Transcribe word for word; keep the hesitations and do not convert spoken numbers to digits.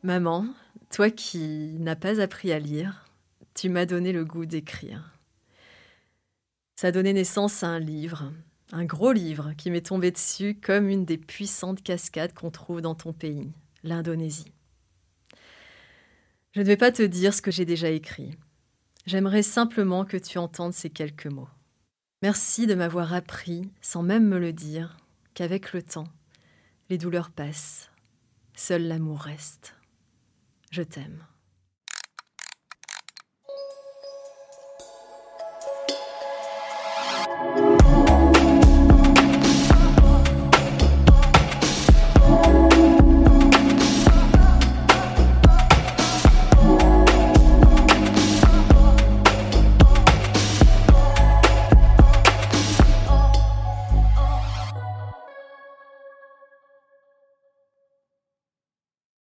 Maman, toi qui n'as pas appris à lire, tu m'as donné le goût d'écrire. Ça a donné naissance à un livre, un gros livre qui m'est tombé dessus comme une des puissantes cascades qu'on trouve dans ton pays, l'Indonésie. Je ne vais pas te dire ce que j'ai déjà écrit. J'aimerais simplement que tu entendes ces quelques mots. Merci de m'avoir appris, sans même me le dire, qu'avec le temps, les douleurs passent, seul l'amour reste. Je t'aime.